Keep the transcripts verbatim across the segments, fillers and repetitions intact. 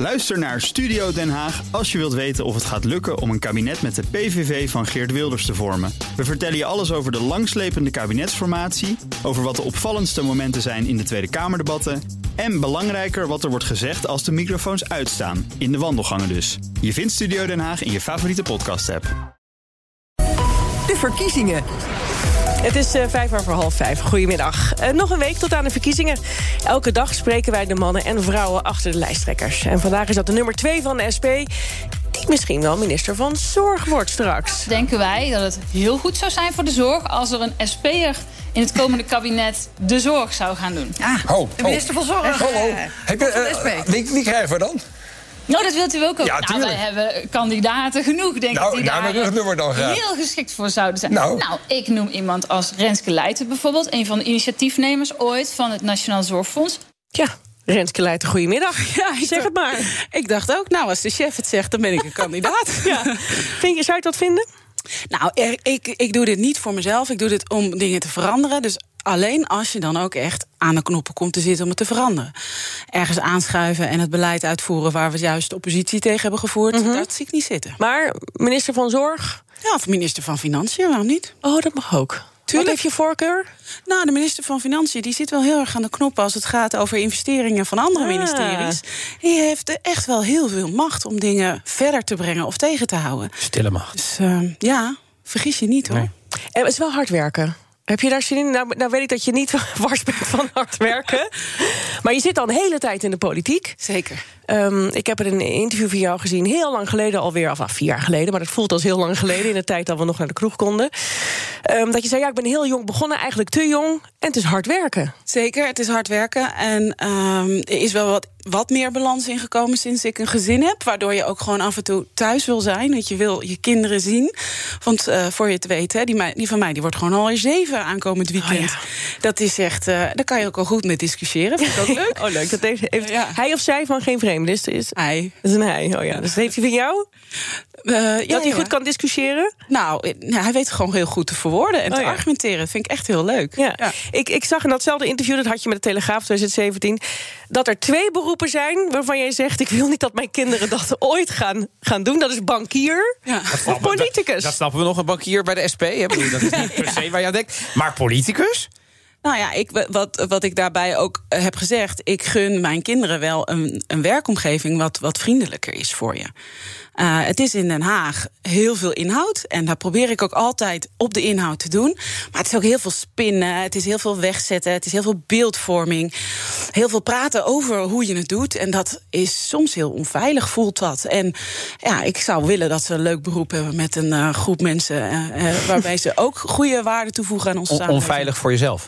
Luister naar Studio Den Haag als je wilt weten of het gaat lukken om een kabinet met de P V V van Geert Wilders te vormen. We vertellen je alles over de langslepende kabinetsformatie, over wat de opvallendste momenten zijn in de Tweede Kamerdebatten en belangrijker wat er wordt gezegd als de microfoons uitstaan, in de wandelgangen dus. Je vindt Studio Den Haag in je favoriete podcast-app. De verkiezingen. Het is uh, vijf over half vijf. Goedemiddag. Uh, nog een week tot aan de verkiezingen. Elke dag spreken wij de mannen en vrouwen achter de lijsttrekkers. En vandaag is dat de nummer twee van de S P... die misschien wel minister van Zorg wordt straks. Denken wij dat het heel goed zou zijn voor de zorg als er een S P'er in het komende kabinet de zorg zou gaan doen. Ah, oh, de minister van Zorg. Hallo. Uh, Heb je, uh, wie, wie krijgen we dan? Nou, dat wilt u ook. Ja, nou, wij hebben kandidaten genoeg, denk nou, ik, die nou, daar nummer dan heel geschikt voor zouden zijn. Nou. nou, ik noem iemand als Renske Leijten bijvoorbeeld, een van de initiatiefnemers ooit van het Nationaal Zorgfonds. Ja. Renske Leijten, goedemiddag. Ja, ik zeg het maar. Ik dacht ook, nou, als de chef het zegt, dan ben ik een kandidaat. Ja. Vind je, zou je dat vinden? Nou, ik, ik doe dit niet voor mezelf. Ik doe dit om dingen te veranderen. Dus alleen als je dan ook echt aan de knoppen komt te zitten om het te veranderen. Ergens aanschuiven en het beleid uitvoeren waar we juist de oppositie tegen hebben gevoerd, mm-hmm. dat zie ik niet zitten. Maar minister van Zorg? Ja, of minister van Financiën, waarom niet? Oh, dat mag ook. Wat heeft je voorkeur? Nou, de minister van Financiën die zit wel heel erg aan de knoppen als het gaat over investeringen van andere ah. ministeries. Die heeft echt wel heel veel macht om dingen verder te brengen of tegen te houden. Stille macht. Dus uh, ja, vergis je niet hoor. Nee. En het is wel hard werken. Heb je daar zin in? Nou, nou weet ik dat je niet wars bent van hard werken. Maar je zit al een hele tijd in de politiek. Zeker. Um, ik heb er een interview van jou gezien, heel lang geleden alweer, of ah, vier jaar geleden, maar dat voelt als heel lang geleden, in de tijd dat we nog naar de kroeg konden. Um, dat je zei, ja, ik ben heel jong begonnen, eigenlijk te jong, en het is hard werken. Zeker, het is hard werken. En um, er is wel wat, wat meer balans ingekomen sinds ik een gezin heb, waardoor je ook gewoon af en toe thuis wil zijn, dat je wil je kinderen zien. Want uh, voor je het weet, hè, die, die van mij die wordt gewoon alweer zeven aankomend weekend. Oh, ja. Dat is echt, uh, daar kan je ook al goed mee discussiëren. Vind ik ook leuk. Oh, leuk. Dat heeft, heeft ja. hij of zij van geen vreemde is, is hij. Dat is een hij. Oh ja. Dus heeft hij van jou? Uh, ja, dat hij ja. goed kan discussiëren? Nou, nou, hij weet gewoon heel goed te verwoorden en oh, te ja. argumenteren. Dat vind ik echt heel leuk. Ja. Ja. Ik, ik zag in datzelfde interview, dat had je met de Telegraaf twintig zeventien... dat er twee beroepen zijn waarvan jij zegt, ik wil niet dat mijn kinderen dat ooit gaan, gaan doen. Dat is bankier ja. of politicus. Dat, dat snappen we nog, een bankier bij de S P. Hè? Dat is niet per se waar je aan denkt. Maar politicus? Nou ja, ik, wat, wat ik daarbij ook heb gezegd, ik gun mijn kinderen wel een, een werkomgeving wat, wat vriendelijker is voor je. Uh, het is in Den Haag heel veel inhoud. En daar probeer ik ook altijd op de inhoud te doen. Maar het is ook heel veel spinnen. Het is heel veel wegzetten. Het is heel veel beeldvorming. Heel veel praten over hoe je het doet. En dat is soms heel onveilig, voelt dat. En ja, ik zou willen dat ze een leuk beroep hebben met een uh, groep mensen Uh, uh, waarbij ze ook goede waarde toevoegen aan onze samenleving. Onveilig voor jezelf?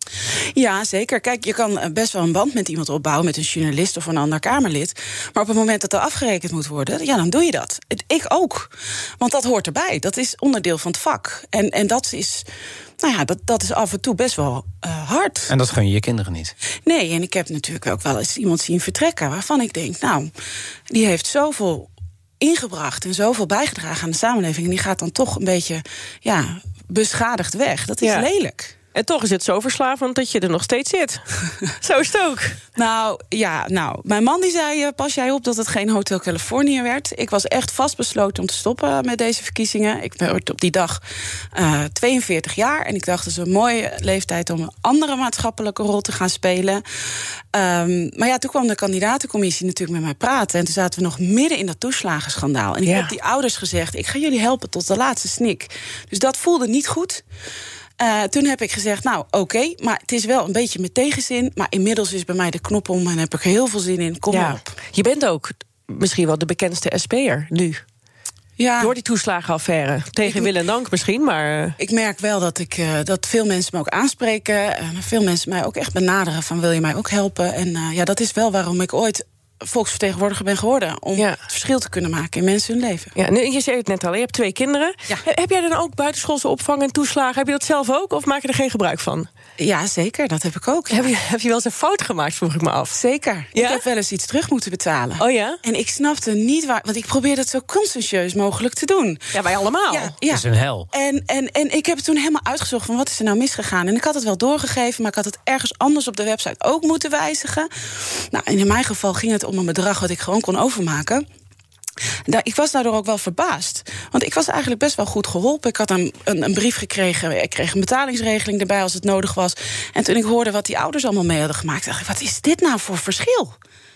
Ja, zeker. Kijk, je kan best wel een band met iemand opbouwen, met een journalist of een ander Kamerlid. Maar op het moment dat er afgerekend moet worden, ja, dan doe je dat. Ik ook. Want dat hoort erbij. Dat is onderdeel van het vak. En, en dat is, nou ja, dat, dat is af en toe best wel uh, hard. En dat gun je je kinderen niet? Nee, en ik heb natuurlijk ook wel eens iemand zien vertrekken waarvan ik denk, nou, die heeft zoveel ingebracht en zoveel bijgedragen aan de samenleving. En die gaat dan toch een beetje, ja, beschadigd weg. Dat is ja. lelijk. En toch is het zo verslavend dat je er nog steeds zit. Zo is het ook. Nou, ja, nou, mijn man die zei, pas jij op dat het geen Hotel Californië werd. Ik was echt vastbesloten om te stoppen met deze verkiezingen. Ik werd op die dag uh, tweeënveertig jaar. En ik dacht, dat is een mooie leeftijd om een andere maatschappelijke rol te gaan spelen. Um, maar ja, toen kwam de kandidatencommissie natuurlijk met mij praten. En toen zaten we nog midden in dat toeslagenschandaal. En ik ja. heb die ouders gezegd, ik ga jullie helpen tot de laatste snik. Dus dat voelde niet goed. Uh, toen heb ik gezegd, nou oké, okay, maar het is wel een beetje met tegenzin. Maar inmiddels is bij mij de knop om en heb ik er heel veel zin in. Kom ja. op. Je bent ook misschien wel de bekendste S P'er nu. Ja. Door die toeslagenaffaire. Tegen ik, wil en dank misschien, maar ik merk wel dat, ik, uh, dat veel mensen me ook aanspreken. Uh, veel mensen mij ook echt benaderen van, wil je mij ook helpen? En uh, ja, dat is wel waarom ik ooit volksvertegenwoordiger ben geworden. Om ja. het verschil te kunnen maken in mensen hun leven. Ja, nu, je zei het net al, je hebt twee kinderen. Ja. Heb jij dan ook buitenschoolse opvang en toeslagen? Heb je dat zelf ook of maak je er geen gebruik van? Ja, zeker. Dat heb ik ook. Ja. Heb, je, heb je wel eens een fout gemaakt, vroeg ik me af? Zeker. Ja? Ik heb wel eens iets terug moeten betalen. Oh ja? En ik snapte niet waar, want ik probeer dat zo conscientieus mogelijk te doen. Ja, wij allemaal. Ja, ja. Dat is een hel. En, en, en ik heb het toen helemaal uitgezocht van wat is er nou misgegaan. En ik had het wel doorgegeven, maar ik had het ergens anders op de website ook moeten wijzigen. Nou, en in mijn geval ging het om om een bedrag wat ik gewoon kon overmaken. Ik was daardoor ook wel verbaasd. Want ik was eigenlijk best wel goed geholpen. Ik had een, een, een brief gekregen. Ik kreeg een betalingsregeling erbij als het nodig was. En toen ik hoorde wat die ouders allemaal mee hadden gemaakt, dacht ik, wat is dit nou voor verschil?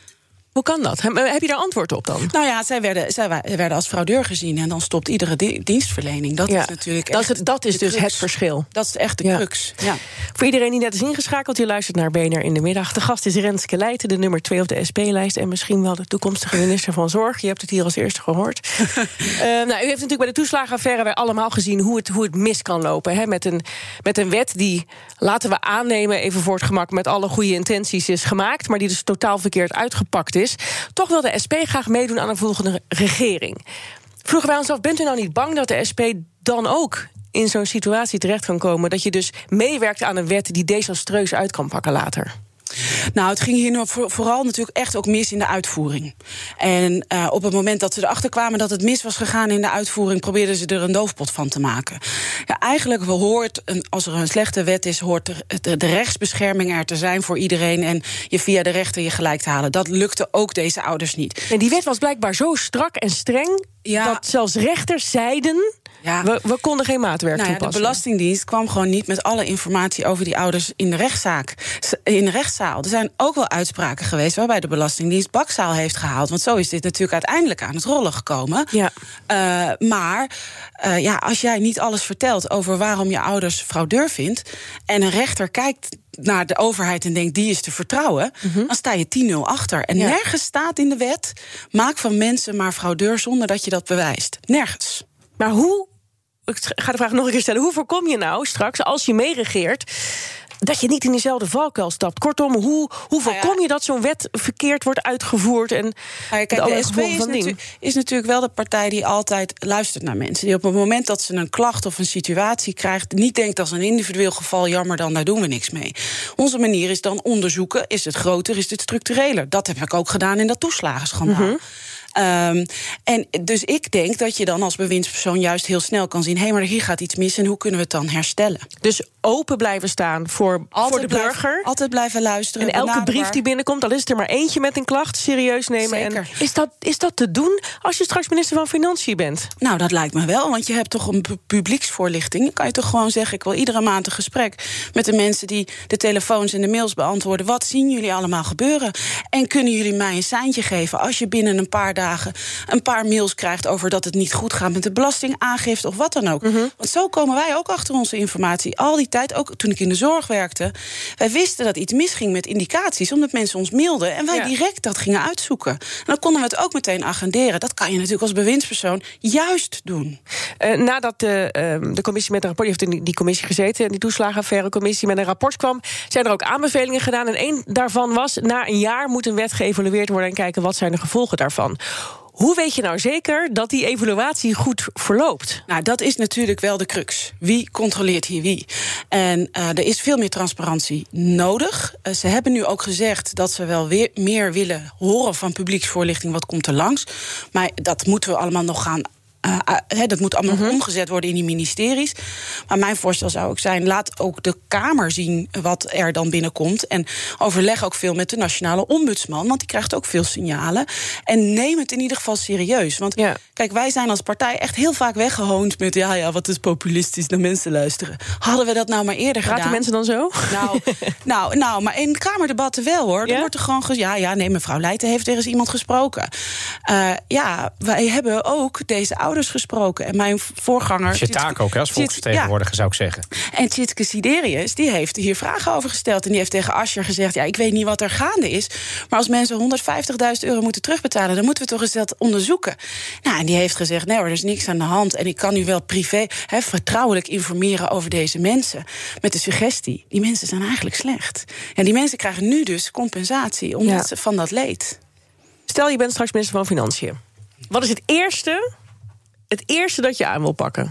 Hoe kan dat? Heb je daar antwoord op dan? Nou ja, zij werden, zij werden als fraudeur gezien. En dan stopt iedere di- dienstverlening. Dat ja, is natuurlijk dat, echt dat is dus crux. Het verschil. Dat is echt de ja. crux. Ja. Voor iedereen die net is ingeschakeld, je luistert naar B N R in de middag. De gast is Renske Leijten, de nummer twee op de S P-lijst. En misschien wel de toekomstige minister van Zorg. Je hebt het hier als eerste gehoord. uh, nou, u heeft natuurlijk bij de toeslagenaffaire wij allemaal gezien hoe het, hoe het mis kan lopen. Hè? Met, een, met een wet die, laten we aannemen, even voor het gemak, met alle goede intenties is gemaakt, maar die dus totaal verkeerd uitgepakt is. Toch wil de S P graag meedoen aan een volgende regering. Vroegen wij ons af, bent u nou niet bang dat de S P dan ook in zo'n situatie terecht kan komen, dat je dus meewerkt aan een wet die desastreus uit kan pakken later? Nou, het ging hier vooral natuurlijk echt ook mis in de uitvoering. En uh, op het moment dat ze erachter kwamen dat het mis was gegaan in de uitvoering, probeerden ze er een doofpot van te maken. Ja, eigenlijk hoort, een, als er een slechte wet is, hoort de, de, de rechtsbescherming er te zijn voor iedereen en je via de rechter je gelijk te halen. Dat lukte ook deze ouders niet. En die wet was blijkbaar zo strak en streng, ja, dat zelfs rechters zeiden, ja, we, we konden geen maatwerk nou ja, toepassen. De Belastingdienst kwam gewoon niet met alle informatie over die ouders in de rechtszaak. In de rechtszaal. Er zijn ook wel uitspraken geweest waarbij de Belastingdienst bakzaal heeft gehaald. Want zo is dit natuurlijk uiteindelijk aan het rollen gekomen. Ja. Uh, maar uh, ja, als jij niet alles vertelt over waarom je ouders fraudeur vindt, en een rechter kijkt naar de overheid en denkt die is te vertrouwen, mm-hmm, dan sta je tien nul achter. En ja, nergens staat in de wet, maak van mensen maar fraudeur zonder dat je dat bewijst. Nergens. Maar hoe, ik ga de vraag nog een keer stellen, hoe voorkom je nou straks, als je meeregeert, dat je niet in dezelfde valkuil stapt? Kortom, hoe, hoe voorkom nou ja, je dat zo'n wet verkeerd wordt uitgevoerd? En nou ja, kijk, de, de S P is, natu- is natuurlijk wel de partij die altijd luistert naar mensen. Die op het moment dat ze een klacht of een situatie krijgt, niet denkt als een individueel geval, jammer dan, daar doen we niks mee. Onze manier is dan onderzoeken, is het groter, is het structureler? Dat heb ik ook gedaan in dat toeslagenschandaal. Mm-hmm. Um, en dus ik denk dat je dan als bewindspersoon juist heel snel kan zien, hé, hey, maar hier gaat iets mis en hoe kunnen we het dan herstellen? Dus open blijven staan voor, voor de blijf, burger. Altijd blijven luisteren. En elke brief die binnenkomt, al is het er maar eentje met een klacht, serieus nemen. Zeker. En is dat, is dat te doen als je straks minister van Financiën bent? Nou, dat lijkt me wel, want je hebt toch een publieksvoorlichting. Dan kan je toch gewoon zeggen, ik wil iedere maand een gesprek met de mensen die de telefoons en de mails beantwoorden. Wat zien jullie allemaal gebeuren? En kunnen jullie mij een seintje geven als je binnen een paar dagen een paar mails krijgt over dat het niet goed gaat met de belastingaangifte of wat dan ook. Mm-hmm. Want zo komen wij ook achter onze informatie. Al die tijd, ook toen ik in de zorg werkte, wij wisten dat iets misging met indicaties, omdat mensen ons mailden en wij ja. direct dat gingen uitzoeken. En dan konden we het ook meteen agenderen. Dat kan je natuurlijk als bewindspersoon juist doen. Uh, nadat de, uh, de commissie met een rapport, je heeft in die commissie gezeten, die toeslagenaffaire-commissie met een rapport kwam, zijn er ook aanbevelingen gedaan. En één daarvan was, na een jaar moet een wet geëvalueerd worden en kijken wat zijn de gevolgen daarvan. Hoe weet je nou zeker dat die evaluatie goed verloopt? Nou, dat is natuurlijk wel de crux. Wie controleert hier wie? En uh, er is veel meer transparantie nodig. Uh, ze hebben nu ook gezegd dat ze wel weer meer willen horen van publieksvoorlichting. Wat komt er langs? Maar dat moeten we allemaal nog gaan. Uh, uh, he, dat moet allemaal mm-hmm. omgezet worden in die ministeries. Maar mijn voorstel zou ook zijn, laat ook de Kamer zien wat er dan binnenkomt. En overleg ook veel met de nationale ombudsman, want die krijgt ook veel signalen. En neem het in ieder geval serieus. Want ja. kijk, wij zijn als partij echt heel vaak weggehoond met, ja, ja, wat is populistisch, naar mensen luisteren. Hadden we dat nou maar eerder Praten gedaan? mensen dan zo? Nou, nou, nou, maar in Kamerdebatten wel, hoor. Ja? Er wordt er gewoon gezegd, ja, ja, nee, mevrouw Leijten heeft er eens iemand gesproken. Uh, ja, wij hebben ook deze ouders gesproken. En mijn voorganger... Je taak ook, hè, als volksvertegenwoordiger, ja. zou ik zeggen. En Tjitske Siderius, die heeft hier vragen over gesteld. En die heeft tegen Asscher gezegd, ja, ik weet niet wat er gaande is, maar als mensen honderdvijftigduizend euro moeten terugbetalen, dan moeten we toch eens dat onderzoeken. Nou, en die heeft gezegd, nee hoor, er is niks aan de hand. En ik kan u wel privé, he, vertrouwelijk informeren over deze mensen. Met de suggestie, die mensen zijn eigenlijk slecht. En die mensen krijgen nu dus compensatie omdat ja. ze van dat leed. Stel, je bent straks minister van Financiën. Wat is het eerste... Het eerste dat je aan wil pakken?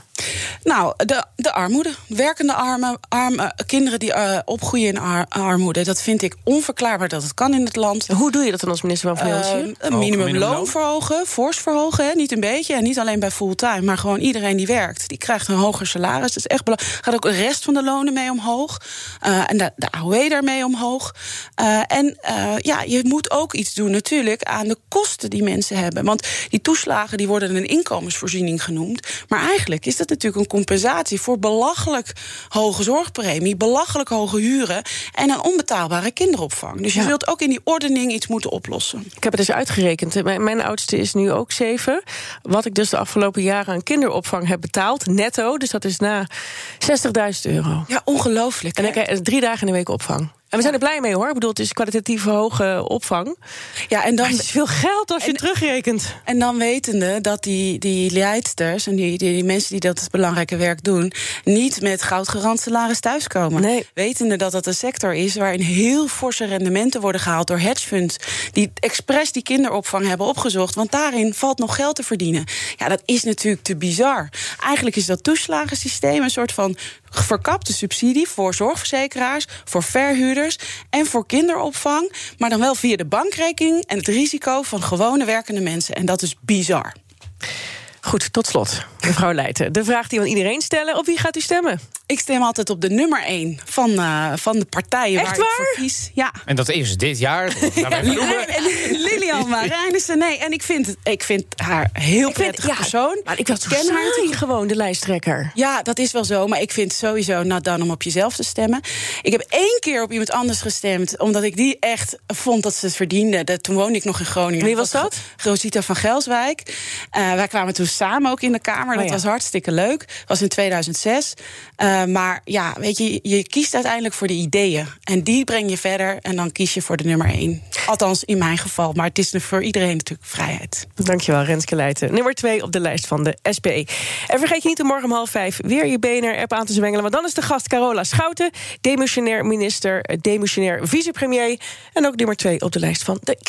Nou, de, de armoede. Werkende armen, arme, kinderen die uh, opgroeien in ar- armoede. Dat vind ik onverklaarbaar dat het kan in het land. Hoe doe je dat dan als minister van Financiën? Uh, een minimumloon verhogen, fors verhogen. Hè, niet een beetje en niet alleen bij fulltime, maar gewoon iedereen die werkt. Die krijgt een hoger salaris. Dat is echt belangrijk. Gaat ook de rest van de lonen mee omhoog. Uh, en de, de A O W daarmee omhoog. Uh, en uh, ja, je moet ook iets doen natuurlijk aan de kosten die mensen hebben. Want die toeslagen die worden een inkomensvoorziening genoemd. Maar eigenlijk is dat natuurlijk een compensatie voor belachelijk hoge zorgpremie, belachelijk hoge huren en een onbetaalbare kinderopvang. Dus je ja. zult ook in die ordening iets moeten oplossen. Ik heb het eens uitgerekend. Mijn, mijn oudste is nu ook zeven. Wat ik dus de afgelopen jaren aan kinderopvang heb betaald, netto, dus dat is na zestigduizend euro. Ja, ongelooflijk. En ik krijg drie dagen in de week opvang. En we zijn er blij mee, hoor. Ik bedoel, het is kwalitatief hoge opvang. Ja, en dan, maar het is veel geld als je en, het terugrekent. En dan wetende dat die, die leidsters en die, die, die mensen die dat belangrijke werk doen, niet met goudgarant salaris thuiskomen. Nee. Wetende dat dat een sector is waarin heel forse rendementen worden gehaald door hedgefunds die expres die kinderopvang hebben opgezocht. Want daarin valt nog geld te verdienen. Ja, dat is natuurlijk te bizar. Eigenlijk is dat toeslagensysteem een soort van verkapte subsidie voor zorgverzekeraars, voor verhuurders en voor kinderopvang, maar dan wel via de bankrekening en het risico van gewone werkende mensen. En dat is bizar. Goed, tot slot, mevrouw Leijten. De vraag die we aan iedereen stellen: op wie gaat u stemmen? Ik stem altijd op de nummer één van, uh, van de partijen Echt waar, waar? ik voor kies. Ja. En dat is dit jaar. Lilian Marijnissen. Nee, en ik vind, het, ik vind haar een heel prettige ja, persoon. Maar ik was ken haar saai gewoon, de lijsttrekker. Ja, dat is wel zo. Maar ik vind sowieso nou dan om op jezelf te stemmen. Ik heb één keer op iemand anders gestemd, omdat ik die echt vond dat ze het verdiende. Dat, toen woonde ik nog in Groningen. Wie was dat? Rosita van Gelswijk. Uh, wij kwamen toen samen ook in de Kamer. Dat oh ja. was hartstikke leuk. Dat was in tweeduizend zes. Uh, maar ja, weet je, je kiest uiteindelijk voor de ideeën. En die breng je verder en dan kies je voor de nummer één. Althans, in mijn geval. Maar het is voor iedereen natuurlijk vrijheid. Dankjewel, Renske Leijten. Nummer twee op de lijst van de S P. En vergeet je niet om morgen om half vijf weer je B N R-app aan te zwengelen. Want dan is de gast Carola Schouten, demissionair minister, demissionair vicepremier. En ook nummer twee op de lijst van de...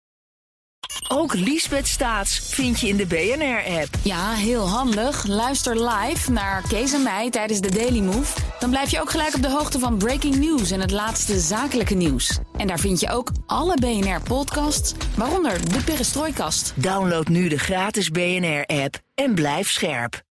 Ook Liesbeth Staats vind je in de B N R-app. Ja, heel handig. Luister live naar Kees en mij tijdens de Daily Move. Dan blijf je ook gelijk op de hoogte van breaking news en het laatste zakelijke nieuws. En daar vind je ook alle B N R-podcasts, waaronder de Perestrooikast. Download nu de gratis B N R-app en blijf scherp.